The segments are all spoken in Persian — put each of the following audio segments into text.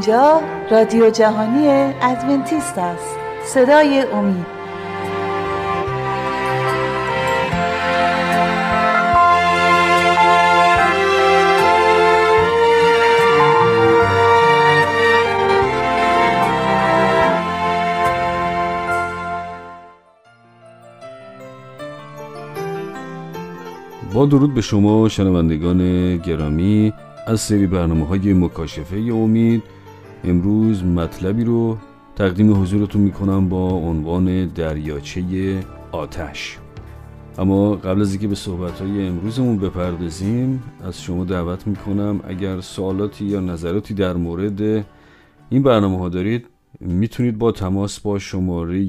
اینجا رادیو جهانی ادونتیست است، صدای امید. با درود به شما شنوندگان گرامی از سری برنامه‌های مکاشفه امید. امروز مطلبی رو تقدیم حضورتون میکنم با عنوان دریاچه آتش. اما قبل از اینکه به صحبت‌های امروزمون بپردازیم، از شما دعوت میکنم اگر سوالاتی یا نظراتی در مورد این برنامه‌ها دارید، میتونید با تماس با شماره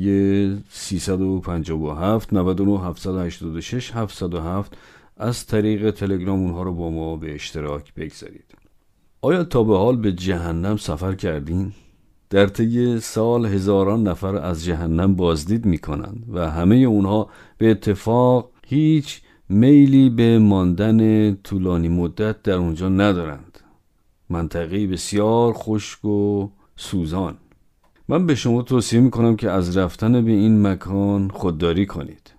357 99 786 707 از طریق تلگرام اونها رو با ما به اشتراک بگذارید. آیا تا به حال به جهنم سفر کردین؟ در طی سال هزاران نفر از جهنم بازدید میکنند و همه اونها به اتفاق هیچ میلی به ماندن طولانی مدت در اونجا ندارند. منطقه‌ای بسیار خشک و سوزان. من به شما توصیه میکنم که از رفتن به این مکان خودداری کنید.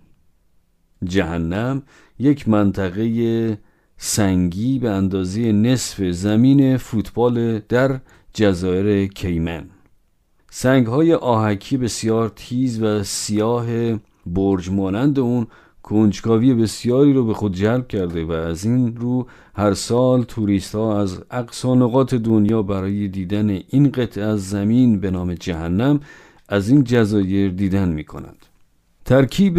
جهنم یک منطقه سنگی به اندازه نصف زمین فوتبال در جزایر کیمن. سنگ‌های آهکی بسیار تیز و سیاه برج مانند اون کنجکاوی بسیاری رو به خود جلب کرده و از این رو هر سال توریست‌ها از اقصا نقاط دنیا برای دیدن این قطعه از زمین به نام جهنم از این جزایر دیدن می‌کنند. ترکیب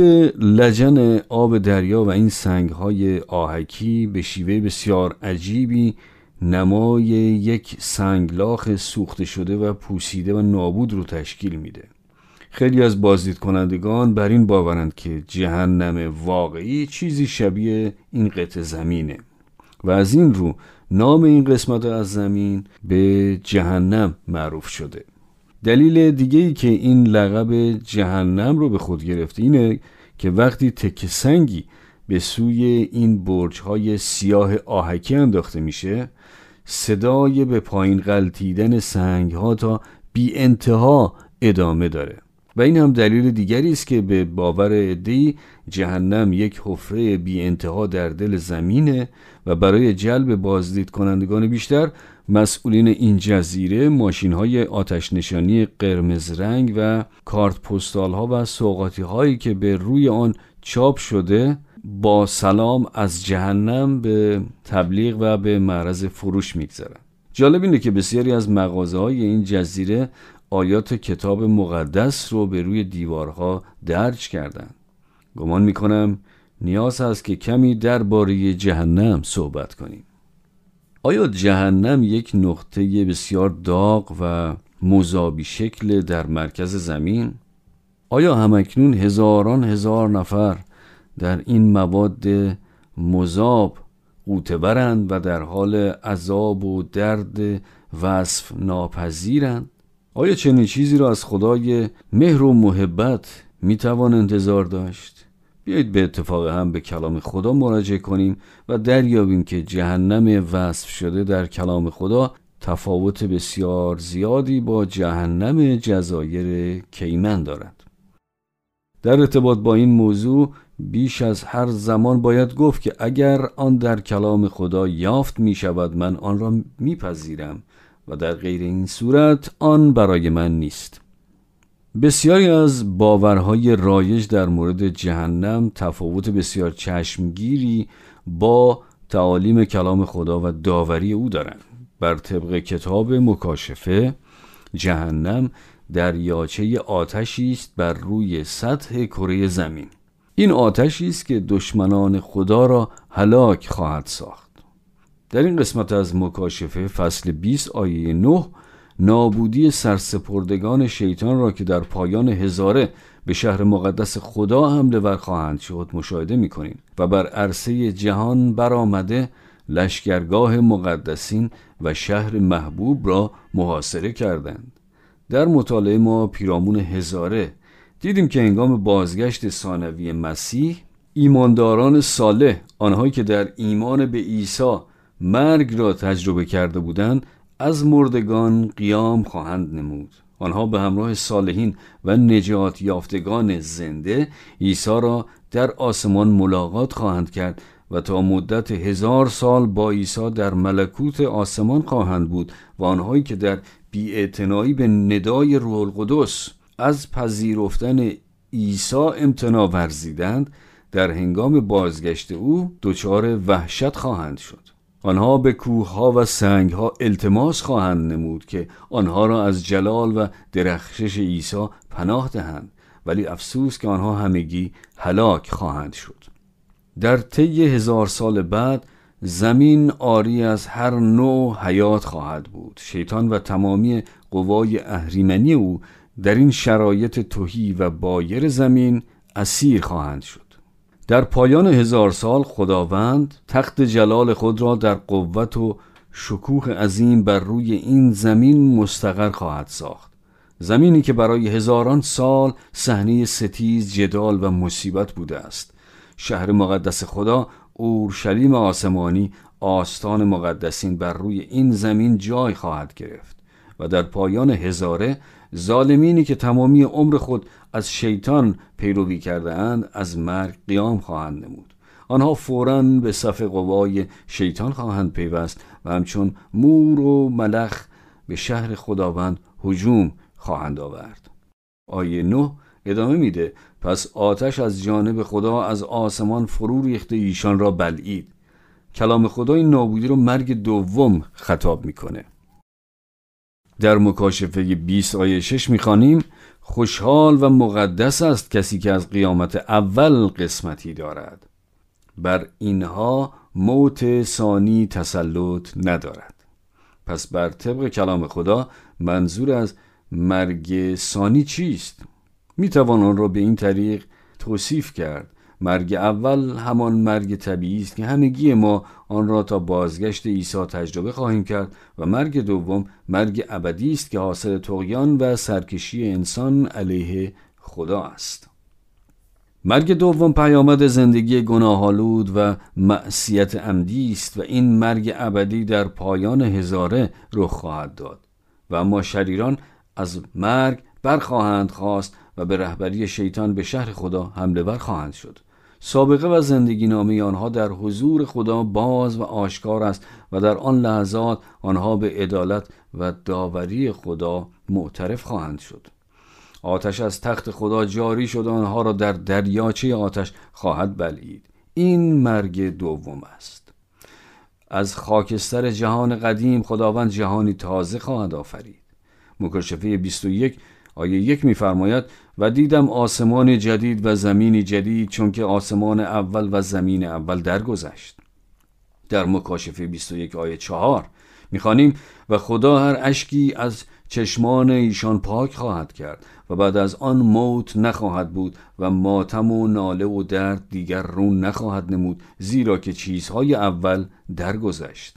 لجن آب دریا و این سنگ‌های آهکی به شیوه بسیار عجیبی نمای یک سنگلاخ سوخته شده و پوسیده و نابود رو تشکیل میده. خیلی از بازدید کنندگان بر این باورند که جهنم واقعی چیزی شبیه این قطعه زمینه و از این رو نام این قسمت از زمین به جهنم معروف شده. دلیل دیگه‌ای که این لقب جهنم رو به خود گرفته اینه که وقتی تکه سنگی به سوی این برج‌های سیاه آهکی انداخته میشه، صدای به پایین غلتیدن سنگ‌ها تا بی انتها ادامه داره و این هم دلیل دیگری است که به باور عده‌ای جهنم یک حفره بی انتها در دل زمینه و برای جلب بازدید کنندگان بیشتر مسئولین این جزیره ماشین‌های آتش نشانی قرمز رنگ و کارت پستال‌ها و سوغاطی‌هایی که به روی آن چاپ شده با سلام از جهنم به تبلیغ و به معرض فروش می‌گذارند. جالب اینه که بسیاری از مغازه‌های این جزیره آیات کتاب مقدس رو به روی دیوارها درج کردند. گمان می‌کنم نیاز هست که کمی درباره جهنم صحبت کنیم. آیا جهنم یک نقطه بسیار داغ و مذابی شکل در مرکز زمین؟ آیا همکنون هزاران هزار نفر در این مواد مذاب غوطه‌ورند و در حال عذاب و درد وصف ناپذیرند؟ آیا چنین چیزی را از خدای مهر و محبت میتوان انتظار داشت؟ بیایید به اتفاق هم به کلام خدا مراجعه کنیم و دریابیم که جهنم وصف شده در کلام خدا تفاوت بسیار زیادی با جهنم جزایر کیمن دارد. در ارتباط با این موضوع بیش از هر زمان باید گفت که اگر آن در کلام خدا یافت می شود من آن را میپذیرم و در غیر این صورت آن برای من نیست. بسیاری از باورهای رایج در مورد جهنم تفاوت بسیار چشمگیری با تعالیم کلام خدا و داوری او دارند. بر طبق کتاب مکاشفه، جهنم دریاچه آتشی است بر روی سطح کره زمین. این آتشی است که دشمنان خدا را هلاک خواهد ساخت. در این قسمت از مکاشفه فصل 20 آیه 9 نابودی سرسپردگان شیطان را که در پایان هزاره به شهر مقدس خدا حمله ور خواهند شد مشاهده می‌کنیم و بر عرصه جهان برآمده لشکرگاه مقدسین و شهر محبوب را محاصره کردند. در مطالعه ما پیرامون هزاره دیدیم که هنگام بازگشت ثانوی مسیح ایمانداران صالح، آنهایی که در ایمان به عیسی مرگ را تجربه کرده بودند، از مردگان قیام خواهند نمود. آنها به همراه صالحین و نجات یافتگان زنده عیسی را در آسمان ملاقات خواهند کرد و تا مدت 1000 سال با عیسی در ملکوت آسمان خواهند بود و آنهایی که در بی‌اعتنایی به ندای روح القدس از پذیرفتن عیسی امتناع ورزیدند در هنگام بازگشت او دچار وحشت خواهند شد. آنها به کوه‌ها و سنگ‌ها التماس خواهند نمود که آنها را از جلال و درخشش عیسی پناه دهند، ولی افسوس که آنها همگی هلاک خواهند شد. در طی 1000 سال بعد زمین عاری از هر نوع حیات خواهد بود. شیطان و تمامی قوای اهریمنی او در این شرایط تهی و بایر زمین اسیر خواهند شد. در پایان 1000 سال خداوند تخت جلال خود را در قوت و شکوه عظیم بر روی این زمین مستقر خواهد ساخت. زمینی که برای هزاران سال صحنه ستیز، جدال و مصیبت بوده است. شهر مقدس خدا، اورشلیم آسمانی، آستان مقدسین بر روی این زمین جای خواهد گرفت و در پایان هزاره ظالمینی که تمامی عمر خود از شیطان پیروی کرده اند از مرگ قیام خواهند نمود. آنها فوراً به صف قوای شیطان خواهند پیوست و همچون مور و ملخ به شهر خداوند هجوم خواهند آورد. آیه 9 ادامه میده: پس آتش از جانب خدا از آسمان فرو ریخته ایشان را بلعید. کلام خدا این نابودی رو مرگ دوم خطاب میکنه. در مکاشفه 20 آیه 6 میخوانیم: خوشحال و مقدس است کسی که از قیامت اول قسمتی دارد، بر اینها موت ثانی تسلط ندارد. پس بر طبق کلام خدا منظور از مرگ ثانی چیست؟ میتوان آن را به این طریق توصیف کرد: مرگ اول همان مرگ طبیعی است که همگی ما آن را تا بازگشت عیسی تجربه خواهیم کرد و مرگ دوم مرگ ابدی است که حاصل طغیان و سرکشی انسان علیه خدا است. مرگ دوم پیامد زندگی گناه‌آلود و معصیت عمدی است و این مرگ ابدی در پایان هزاره رخ خواهد داد و اما شریران از مرگ برخواهند خواست و به رهبری شیطان به شهر خدا حمله ور خواهند شد. سابقه و زندگی نامه آنها در حضور خدا باز و آشکار است و در آن لحظات آنها به عدالت و داوری خدا معترف خواهند شد. آتش از تخت خدا جاری شد و آنها را در دریاچه آتش خواهد بلعید. این مرگ دوم است. از خاکستر جهان قدیم خداوند جهانی تازه خواهد آفرید. مکاشفه 21 آیه 1 می‌فرماید: و دیدم آسمان جدید و زمینی جدید، چون که آسمان اول و زمین اول درگذشت. در مکاشفه 21 آیه 4 می‌خوانیم: و خدا هر اشکی از چشمان ایشان پاک خواهد کرد و بعد از آن موت نخواهد بود و ماتم و ناله و درد دیگر رو نخواهد نمود، زیرا که چیزهای اول درگذشت.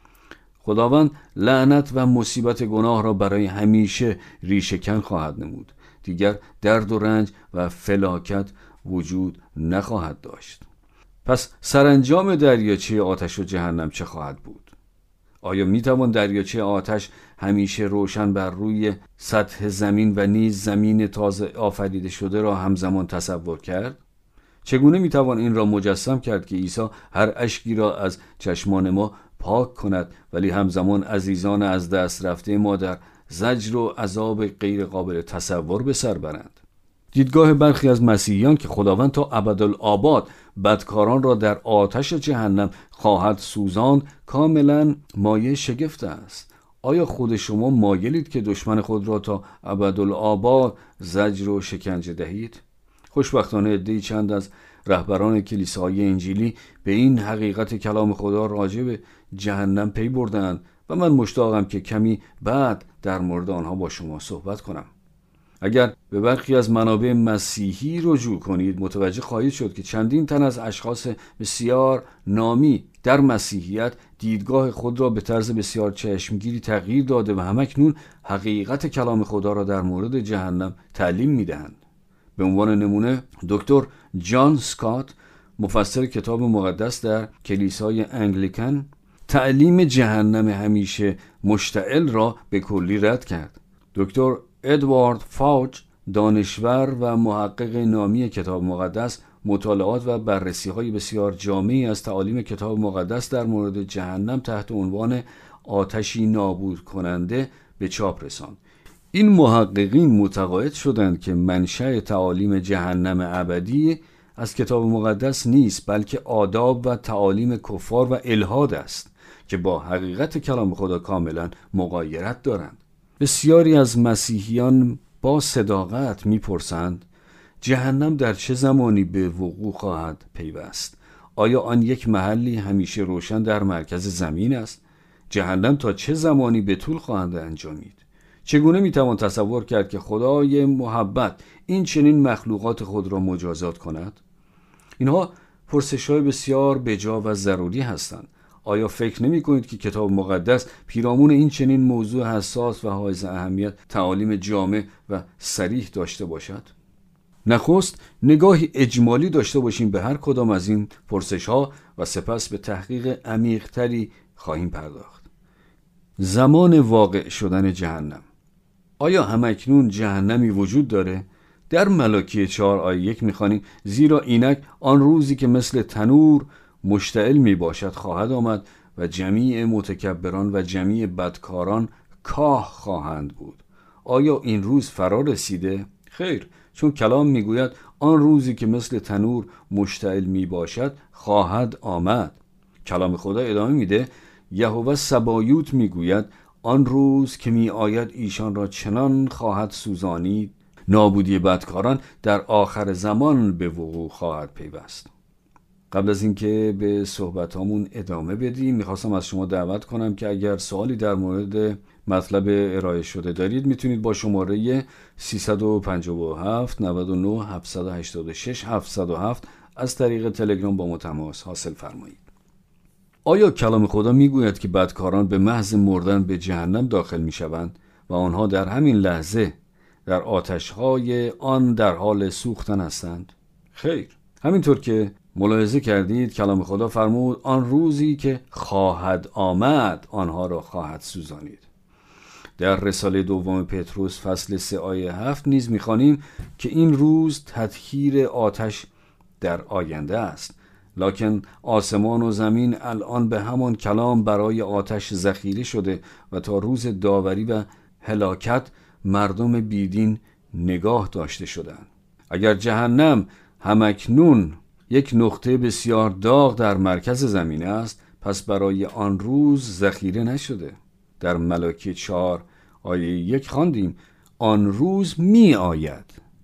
خداوند لعنت و مصیبت گناه را برای همیشه ریشه‌کن خواهد نمود. دیگر درد و رنج و فلاکت وجود نخواهد داشت. پس سرانجام دریاچه آتش و جهنم چه خواهد بود؟ آیا میتوان دریاچه آتش همیشه روشن بر روی سطح زمین و نیز زمین تازه آفریده شده را همزمان تصور کرد؟ چگونه میتوان این را مجسم کرد که عیسی هر اشکی را از چشمان ما پاک کند ولی همزمان عزیزان از دست رفته ما در زجر و عذاب غیر قابل تصور به سر برند؟ دیدگاه برخی از مسیحیان که خداوند تا ابدالآباد بدکاران را در آتش جهنم خواهد سوزاند کاملا مایه شگفت است. آیا خود شما مایلید که دشمن خود را تا ابدالآباد زجر و شکنجه دهید؟ خوشبختانه عده‌ای چند از رهبران کلیساهای انجیلی به این حقیقت کلام خدا راجع به جهنم پی بردند و من مشتاقم که کمی بعد در مورد آنها با شما صحبت کنم. اگر به برخی از منابع مسیحی رجوع کنید متوجه خواهید شد که چندین تن از اشخاص بسیار نامی در مسیحیت دیدگاه خود را به طرز بسیار چشمگیری تغییر داده و همکنون حقیقت کلام خدا را در مورد جهنم تعلیم می‌دهند. به عنوان نمونه دکتر جان سکات، مفسر کتاب مقدس در کلیسای انگلیکن، تعلیم جهنم همیشه مشتعل را به کلی رد کرد. دکتر ادوارد فاوچ، دانشور و محقق نامی کتاب مقدس، مطالعات و بررسی‌های بسیار جامعی از تعالیم کتاب مقدس در مورد جهنم تحت عنوان آتشی نابود کننده به چاپ رساند. این محققین متقاعد شدند که منشأ تعالیم جهنم ابدی از کتاب مقدس نیست، بلکه آداب و تعالیم کفار و الحاد است که با حقیقت کلام خدا کاملا مغایرت دارند. بسیاری از مسیحیان با صداقت میپرسند جهنم در چه زمانی به وقوع خواهد پیوست؟ آیا آن یک محلی همیشه روشن در مرکز زمین است؟ جهنم تا چه زمانی به طول خواهد انجامید؟ چگونه میتوان تصور کرد که خدای محبت این چنین مخلوقات خود را مجازات کند؟ اینها پرسش‌های بسیار بجا و ضروری هستند. آیا فکر نمی کنید که کتاب مقدس پیرامون این چنین موضوع حساس و حائز اهمیت تعالیم جامع و صریح داشته باشد؟ نخست نگاهی اجمالی داشته باشیم به هر کدام از این پرسش‌ها و سپس به تحقیق عمیق‌تری خواهیم پرداخت. زمان واقع شدن جهنم. آیا همکنون جهنمی وجود داره؟ در ملاکی 4 آیه 1 می‌خوانیم زیرا اینک آن روزی که مثل تنور مشتعل میباشد خواهد آمد و جمیع متکبران و جمیع بدکاران کاه خواهند بود. آیا این روز فرا رسیده؟ خیر، چون کلام میگوید آن روزی که مثل تنور مشتعل میباشد خواهد آمد. کلام خدا ادامه میده یهوه سبایوت میگوید آن روز که می آید ایشان را چنان خواهد سوزانید، نابودی بدکاران در آخر زمان به وقوع خواهد پیوست. قبل از اینکه به صحبتامون ادامه بدیم میخواستم از شما دعوت کنم که اگر سوالی در مورد مطلب ارائه شده دارید میتونید با شماره 357 99 786 707 از طریق تلگرام با ما تماس حاصل فرمایید. آیا کلام خدا میگوید که بدکاران به محض مردن به جهنم داخل میشوند و آنها در همین لحظه در آتش‌های آن در حال سوختن هستند؟ خیر، همینطور که ملاحظه کردید کلام خدا فرمود آن روزی که خواهد آمد آنها را خواهد سوزانید. در رساله دوم پتروس فصل 3 آیه 7 نیز می‌خوانیم که این روز تطهیر آتش در آینده است، لکن آسمان و زمین الان به همان کلام برای آتش ذخیره شده و تا روز داوری و هلاکت مردم بیدین نگاه داشته شدند. اگر جهنم همکنون یک نقطه بسیار داغ در مرکز زمین است، پس برای آن روز ذخیره نشده. در ملاکی 4 آیه 1 خواندیم آن روز می آید.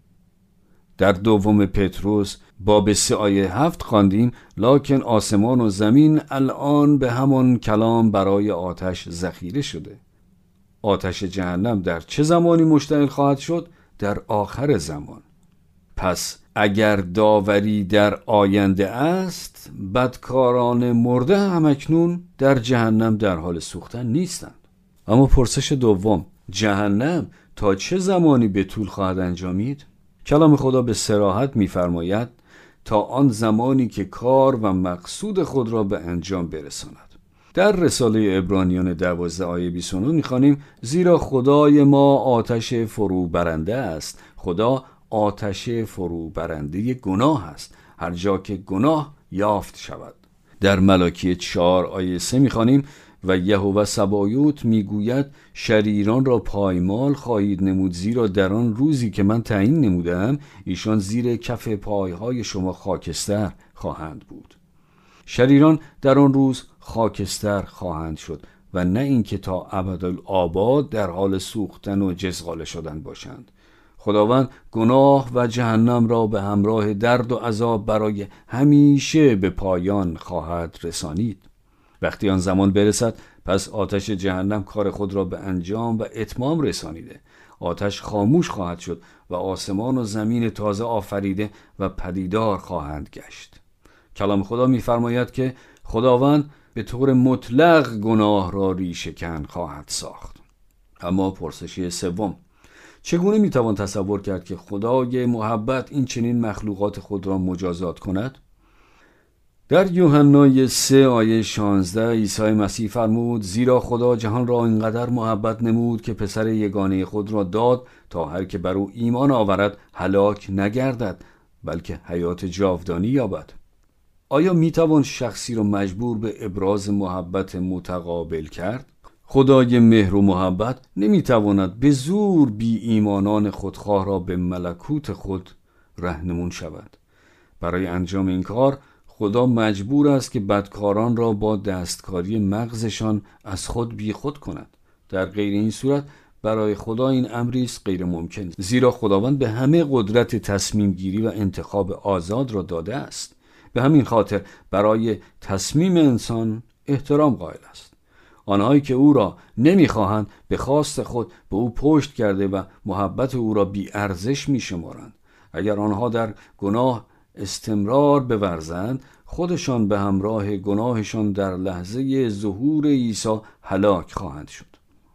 در دوم پتروس باب 3 آیه 7 خواندیم لکن آسمان و زمین الان به همان کلام برای آتش ذخیره شده. آتش جهنم در چه زمانی مشتعل خواهد شد؟ در آخر زمان. پس اگر داوری در آینده است، بدکاران مرده همکنون در جهنم در حال سوختن نیستند. اما پرسش دوم، جهنم تا چه زمانی به طول خواهد انجامید؟ کلام خدا به صراحت می‌فرماید تا آن زمانی که کار و مقصود خود را به انجام برساند. در رساله عبرانیان 12 آیه 29 می‌خوانیم زیرا خدای ما آتش فرو برنده است. خدا آتش فرو برنده گناه است هر جا که گناه یافت شود. در ملاکی 4 آیه 3 می‌خوانیم و یهوه سبایوت میگوید شریران را پایمال خواهید نمود زیرا در آن روزی که من تعیین نمودم ایشان زیر کف پایهای شما خاکستر خواهند بود. شریران در آن روز خاکستر خواهند شد و نه اینکه تا ابدالآباد در حال سوختن و جزغاله شدن باشند. خداوند گناه و جهنم را به همراه درد و عذاب برای همیشه به پایان خواهد رسانید. وقتی آن زمان برسد پس آتش جهنم کار خود را به انجام و اتمام رسانیده. آتش خاموش خواهد شد و آسمان و زمین تازه آفریده و پدیدار خواهند گشت. کلام خدا می‌فرماید که خداوند به طور مطلق گناه را ریشه‌کن خواهد ساخت. اما پرسش سوم، چگونه میتوان تصور کرد که خدای محبت این چنین مخلوقات خود را مجازات کند؟ در یوحنا 3 آیه 16 عیسی مسیح فرمود: زیرا خدا جهان را اینقدر محبت نمود که پسر یگانه خود را داد تا هر که بر او ایمان آورد هلاک نگردد بلکه حیات جاودانی یابد. آیا میتوان شخصی را مجبور به ابراز محبت متقابل کرد؟ خدای مهر و محبت نمیتواند به زور بی ایمانان خودخواه را به ملکوت خود راهنمون شود. برای انجام این کار خدا مجبور است که بدکاران را با دستکاری مغزشان از خود بی خود کند. در غیر این صورت برای خدا این امری است غیر ممکن، زیرا خداوند به همه قدرت تصمیم گیری و انتخاب آزاد را داده است. به همین خاطر برای تصمیم انسان احترام قائل است. آنهایی که او را نمیخواهند به خواست خود به او پشت کرده و محبت او را بی ارزش میشمارند. اگر آنها در گناه استمرار بورزند، خودشان به همراه گناهشان در لحظه ظهور عیسی هلاک خواهند شد.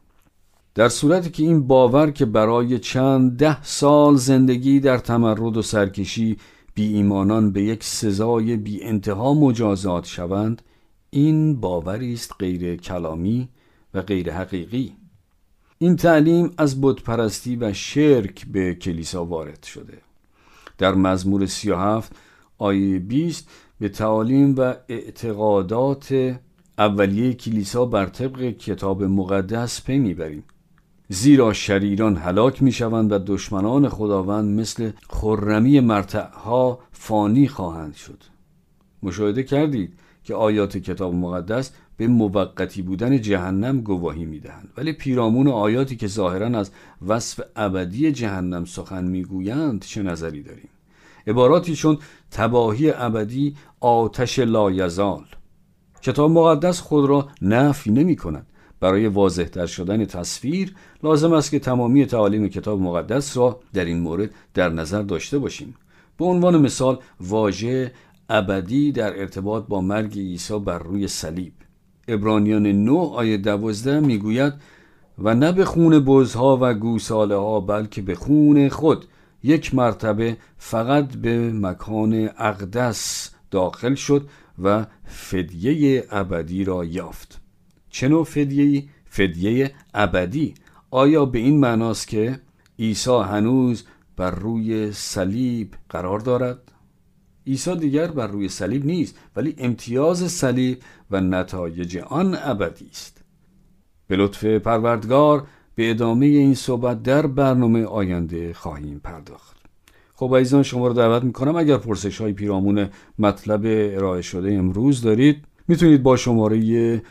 در صورتی که این باور که برای چند 10 سال زندگی در تمرد و سرکشی بی ایمانان به یک سزای بی انتها مجازات شوند، این باوری است غیر کلامی و غیر حقیقی. این تعلیم از بتپرستی و شرک به کلیسا وارد شده. در مزمور 37 آیه 20 به تعالیم و اعتقادات اولیه کلیسا بر طبق کتاب مقدس پی میبریم. زیرا شریران هلاک میشوند و دشمنان خداوند مثل خرمی مرتعها فانی خواهند شد. مشاهده کردید که آیات کتاب مقدس به موقتی بودن جهنم گواهی میدهند، ولی پیرامون آیاتی که ظاهراً از وصف ابدی جهنم سخن میگویند چه نظری داریم؟ عباراتی چون تباهی ابدی، آتش لایزال. کتاب مقدس خود را نفی نمی کند. برای واضح تر شدن تصویر لازم است که تمامی تعالیم کتاب مقدس را در این مورد در نظر داشته باشیم. به عنوان مثال واژه ابدی در ارتباط با مرگ عیسی بر روی صلیب. عبرانیان 9 آیه 12 میگوید: و نه به خون بزها و گوساله ها بلکه به خون خود یک مرتبه فقط به مکان اقدس داخل شد و فدیه ابدی را یافت. چه نوع فدیه‌ای؟ فدیه ابدی. آیا به این معناست که عیسی هنوز بر روی صلیب قرار دارد؟ عیسی دیگر بر روی صلیب نیست، ولی امتیاز صلیب و نتایج آن ابدی است. به لطف پروردگار به ادامه این صحبت در برنامه آینده خواهیم پرداخت. خب عزیزان، شما رو دعوت میکنم اگر پرسش‌های پیرامون مطلب ارائه شده امروز دارید، میتونید با شماره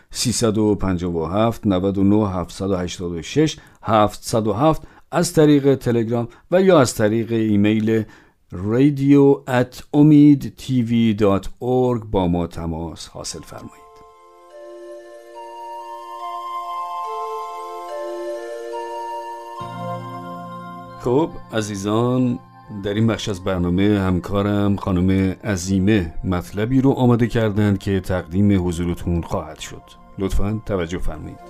357 99 786 707 از طریق تلگرام و یا از طریق ایمیل radio@omidtv.org با ما تماس حاصل فرمایید. خب عزیزان، در این بخش از برنامه همکارم خانم عظیمه مطلبی رو آماده کردند که تقدیم حضورتون خواهد شد. لطفاً توجه فرمایید.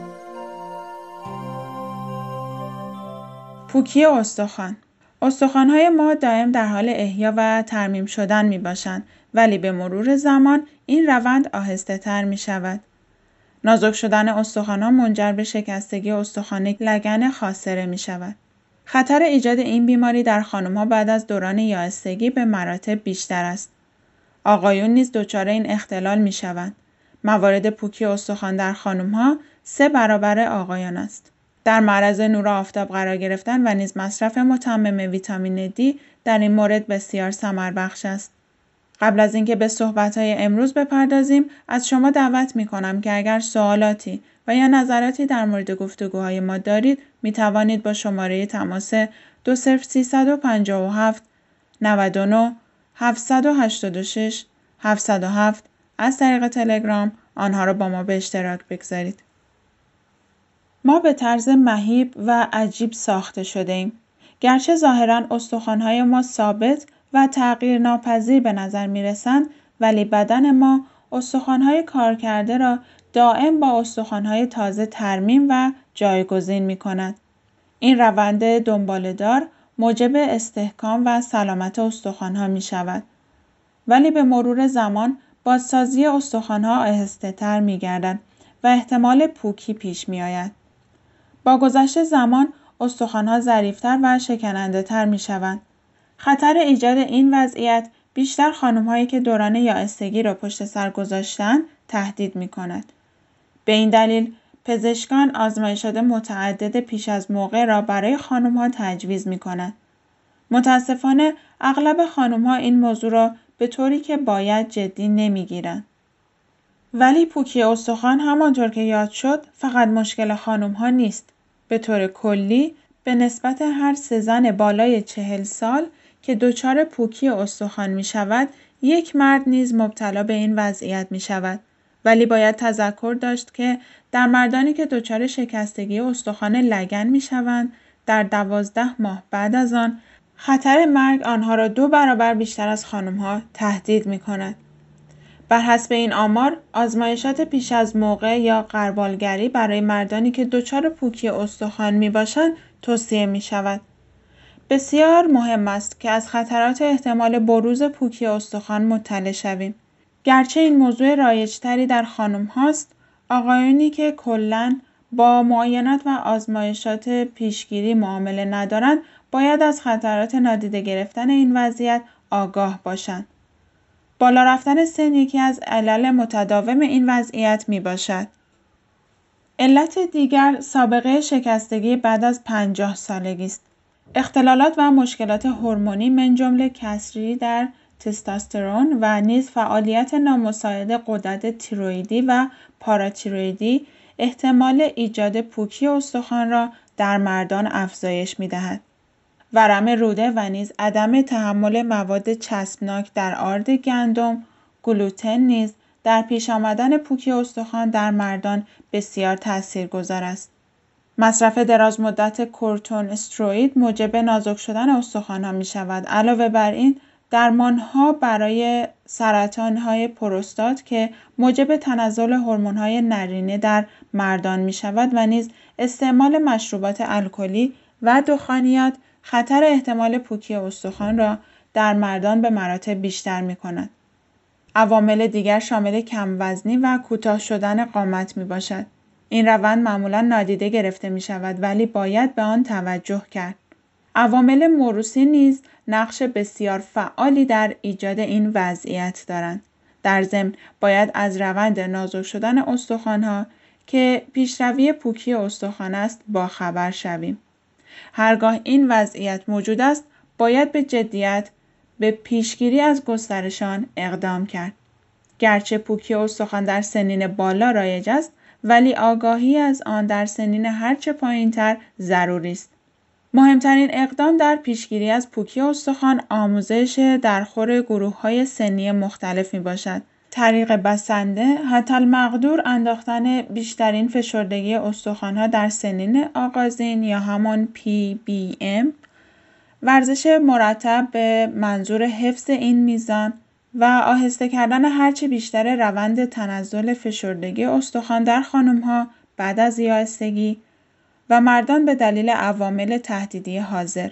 پوکی استخوان. استخوان‌های ما دائم در حال احیا و ترمیم شدن می‌باشند، ولی به مرور زمان این روند آهسته‌تر می‌شود. نازک شدن استخوان‌ها منجر به شکستگی استخوان لگن خاصره می‌شود. خطر ایجاد این بیماری در خانم‌ها بعد از دوران یائسگی به مراتب بیشتر است. آقایون نیز دچار این اختلال می‌شوند. موارد پوکی استخوان در خانم‌ها 3 برابر آقایان است. در معرض نور آفتاب قرار گرفتن و نیز مصرف متمم ویتامین دی در این مورد بسیار ثمربخش است. قبل از اینکه به صحبت‌های امروز بپردازیم، از شما دعوت می‌کنم که اگر سوالاتی و یا نظراتی در مورد گفتگوهای ما دارید، می‌توانید با شماره تماس 20357 99 786 707 از طریق تلگرام آنها را با ما به اشتراک بگذارید. ما به طرز مهیب و عجیب ساخته شده‌ایم. گرچه ظاهراً استخوان‌های ما ثابت و تغییر ناپذیر به نظر می‌رسند، ولی بدن ما استخوان‌های کارکرده را دائم با استخوان‌های تازه ترمیم و جایگزین می‌کند. این روند دنباله‌دار موجب استحکام و سلامت استخوان‌ها می‌شود. ولی به مرور زمان بازسازی استخوان‌ها آهسته‌تر می‌گردد و احتمال پوکی پیش می‌آید. با گذشت زمان استخوان‌ها ظریف‌تر و شکننده‌تر می‌شوند. خطر ایجاد این وضعیت بیشتر خانم‌هایی که دوران یائسگی را پشت سر گذاشته‌اند تهدید می‌کند. به این دلیل پزشکان آزمایشات متعدد پیش از موقع را برای خانم‌ها تجویز می‌کنند. متاسفانه اغلب خانم‌ها این موضوع را به طوری که باید جدی نمی‌گیرند. ولی پوکی استخوان همانطور که یاد شد فقط مشکل خانم‌ها نیست. به طور کلی به نسبت هر 3 زن بالای 40 سال که دچار پوکی استخوان می‌شود، یک مرد نیز مبتلا به این وضعیت می‌شود. ولی باید تذکر داشت که در مردانی که دچار شکستگی استخوان لگن می‌شوند، در 12 ماه بعد از آن خطر مرگ آنها را 2 برابر بیشتر از خانم‌ها تهدید می‌کند. بر حسب این آمار، آزمایشات پیش از موقع یا غربالگری برای مردانی که دچار پوکی استخوان می‌باشند توصیه می‌شود. بسیار مهم است که از خطرات احتمال بروز پوکی استخوان مطلع شویم. گرچه این موضوع رایج‌تری در خانم هاست، آقایانی که کلاً با معاینات و آزمایشات پیشگیری معامله ندارند باید از خطرات نادیده گرفتن این وضعیت آگاه باشند. بالا رفتن سن یکی از علل متداوم این وضعیت می باشد. علت دیگر سابقه شکستگی بعد از 50 سالگی است. اختلالات و مشکلات هورمونی من جمله کسری در تستوسترون و نیز فعالیت نامساعد غدد تیروئیدی و پاراتیروئیدی احتمال ایجاد پوکی استخوان را در مردان افزایش می‌دهد. ورم روده و نیز عدم تحمل مواد چسبناک در آرد گندم، گلوتن نیز در پیش آمدن پوکی استخوان در مردان بسیار تاثیرگذار است. مصرف دراز مدت کورتون استروئید موجب نازک شدن استخوان‌ها می‌شود. علاوه بر این درمان‌ها برای سرطان‌های پروستات که موجب تنزل هورمون‌های نرینه در مردان می‌شود و نیز استعمال مشروبات الکلی و دخانیات خطر احتمال پوکی استخوان را در مردان به مراتب بیشتر می‌کند. عوامل دیگر شامل کم وزنی و کوتاه شدن قامت می‌باشد. این روند معمولاً نادیده گرفته می‌شود ولی باید به آن توجه کرد. عوامل موروثی نیز نقش بسیار فعالی در ایجاد این وضعیت دارند. در ضمن باید از روند نازک شدن استخوان‌ها که پیشروی پوکی استخوان است باخبر شویم. هرگاه این وضعیت موجود است، باید به جدیت به پیشگیری از گسترش آن اقدام کرد. گرچه پوکی استخوان در سنین بالا رایج است، ولی آگاهی از آن در سنین هرچه پایین‌تر ضروری است. مهمترین اقدام در پیشگیری از پوکی استخوان آموزش درخور گروه‌های سنی مختلف میباشد. طریق بسنده حتی المقدور انداختن بیشترین فشردگی استخوان‌ها در سنین آغازین یا همان PBM، ورزش مرتب به منظور حفظ این میزان و آهسته کردن هرچه بیشتر روند تنزل فشردگی استخوان در خانم‌ها بعد از یائسگی و مردان به دلیل عوامل تهدیدی حاضر.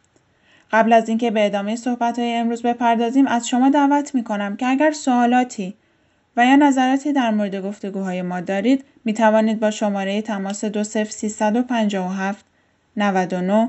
قبل از اینکه به ادامه صحبت‌های امروز بپردازیم، از شما دعوت می‌کنم که اگر سوالاتی و یا نظراتی در مورد گفتگوهای ما دارید، می‌توانید با شماره تماس 20357 99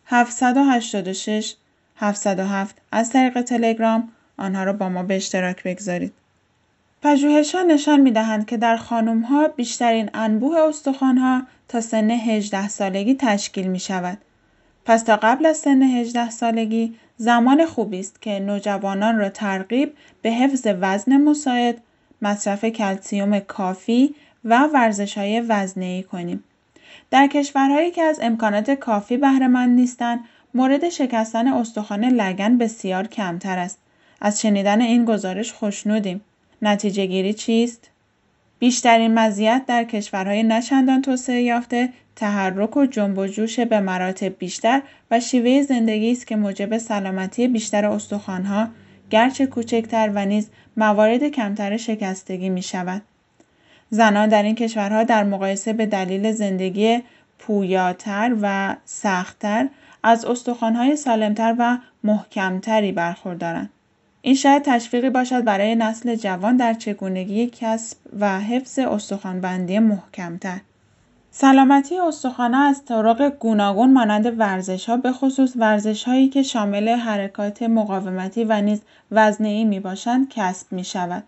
786 707 از طریق تلگرام آنها را با ما به اشتراک بگذارید. پژوهش‌ها نشان می‌دهند که در خانم‌ها بیشترین انبوه استخوان‌ها تا سن 18 سالگی تشکیل می‌شود. پس تا قبل از سن 18 سالگی زمان خوبی است که نوجوانان را ترغیب به حفظ وزن مساعد، مصرف کلسیم کافی و ورزش‌های وزنه‌ای کنیم. در کشورهایی که از امکانات کافی بهره‌مند نیستند، مورد شکستن استخوان لگن بسیار کمتر است. از شنیدن این گزارش خوشنودیم. نتیجه گیری چیست؟ بیشترین مزیت در کشورهای نچندان توسعه یافته تحرک و جنب و جوش به مراتب بیشتر و شیوه زندگی است که موجب سلامتی بیشتر استخوان‌ها گرچه کوچکتر و نیز موارد کمتر شکستگی می شود. زنان در این کشورها در مقایسه به دلیل زندگی پویاتر و سخت‌تر از استخوان‌های سالمتر و محکمتری برخوردارند. این شاید تشویقی باشد برای نسل جوان در چگونگی کسب و حفظ استخوان‌بندی محکم‌تر. سلامتی استخوان‌ها از طرق گوناگون مانند ورزش‌ها، به خصوص ورزش‌هایی که شامل حرکات مقاومتی و نیز وزنه‌ای می‌باشند کسب می‌شود.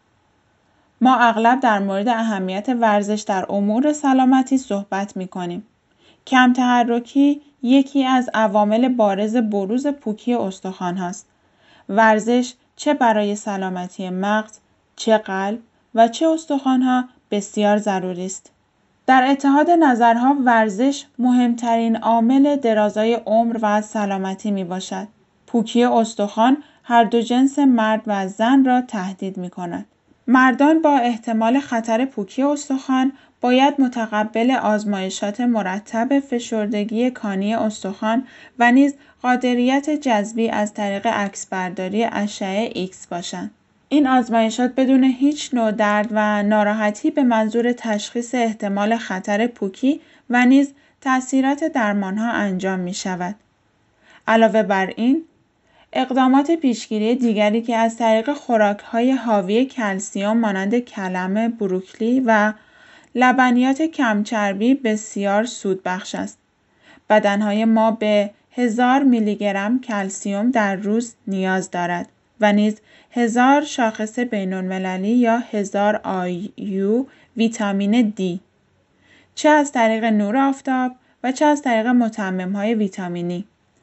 ما اغلب در مورد اهمیت ورزش در امور سلامتی صحبت می‌کنیم. کم تحرکی یکی از عوامل بارز بروز پوکی استخوان هاست. ورزش چه برای سلامتی مغز، چه قلب و چه استخوان ها بسیار ضروری است. در اتحاد نظرها ورزش مهمترین عامل درازای عمر و سلامتی می باشد. پوکی استخوان هر دو جنس مرد و زن را تهدید می کند. مردان با احتمال خطر پوکی استخوان باید متقبل آزمایشات مرتب فشردگی کانی استخوان و نیز قادریت جذبی از طریق عکسبرداری اشعه ایکس باشند. این آزمایشات بدون هیچ نوع درد و ناراحتی به منظور تشخیص احتمال خطر پوکی و نیز تأثیرات درمانها انجام می شود. علاوه بر این، اقدامات پیشگیری دیگری که از طریق خوراک‌های حاوی کلسیم مانند کلم، بروکلی و لبنیات کمچربی بسیار سودبخش است. بدنهای ما به 1000 میلی گرم کلسیم در روز نیاز دارد و نیز 1000 شاخص بین‌المللی یا 1000 IU ویتامین D، چه از طریق نور آفتاب و چه از طریق متمم‌های ویتامینی.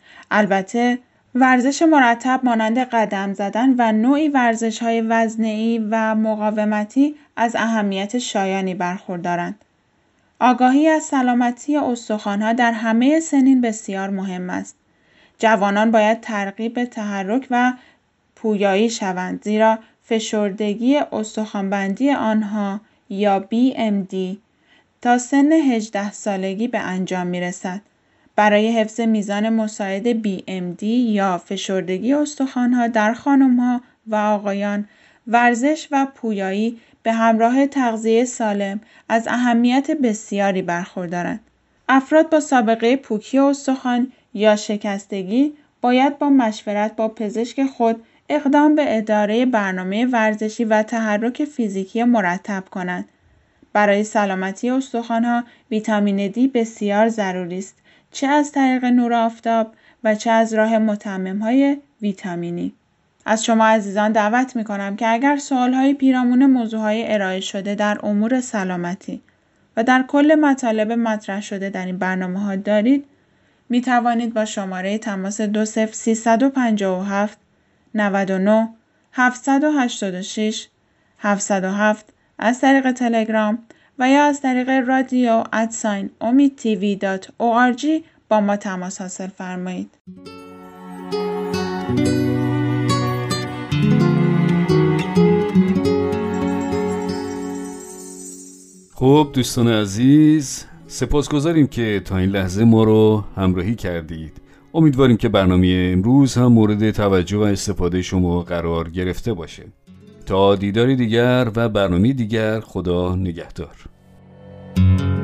البته ورزش مرتب مانند قدم زدن و نوعی ورزش‌های وزنه‌ای و مقاومتی از اهمیت شایانی برخوردارند. آگاهی از سلامتی استخوان‌ها در همه سنین بسیار مهم است. جوانان باید ترغیب به تحرک و پویایی شوند، زیرا فشردگی استخوان‌بندی آنها یا BMD تا سن 18 سالگی به انجام می‌رسد. برای حفظ میزان مساعد BMD یا فشردگی استخوان‌ها در خانم‌ها و آقایان، ورزش و پویایی به همراه تغذیه سالم از اهمیت بسیاری برخوردارند. افراد با سابقه پوکی استخوان یا شکستگی باید با مشورت با پزشک خود اقدام به اداره برنامه ورزشی و تحرک فیزیکی مرتب کنند. برای سلامتی استخوان‌ها ویتامین D بسیار ضروری است، چه از طریق نور آفتاب و چه از راه متمم‌های ویتامینی. از شما عزیزان دعوت می‌کنم که اگر سوال‌های پیرامون موضوعهای ارائه شده در امور سلامتی و در کل مطالب مطرح شده در این برنامه‌ها دارید، می‌توانید با شماره تماس 20357 99 786 707 از طریق تلگرام و یا از طریق رادیو @omittv.org با ما تماس حاصل فرمایید. خب دوستان عزیز، سپاسگزاریم که تا این لحظه ما رو همراهی کردید. امیدواریم که برنامه امروز هم مورد توجه و استفاده شما قرار گرفته باشه. تا دیداری دیگر و برنامه دیگر، خدا نگهدار.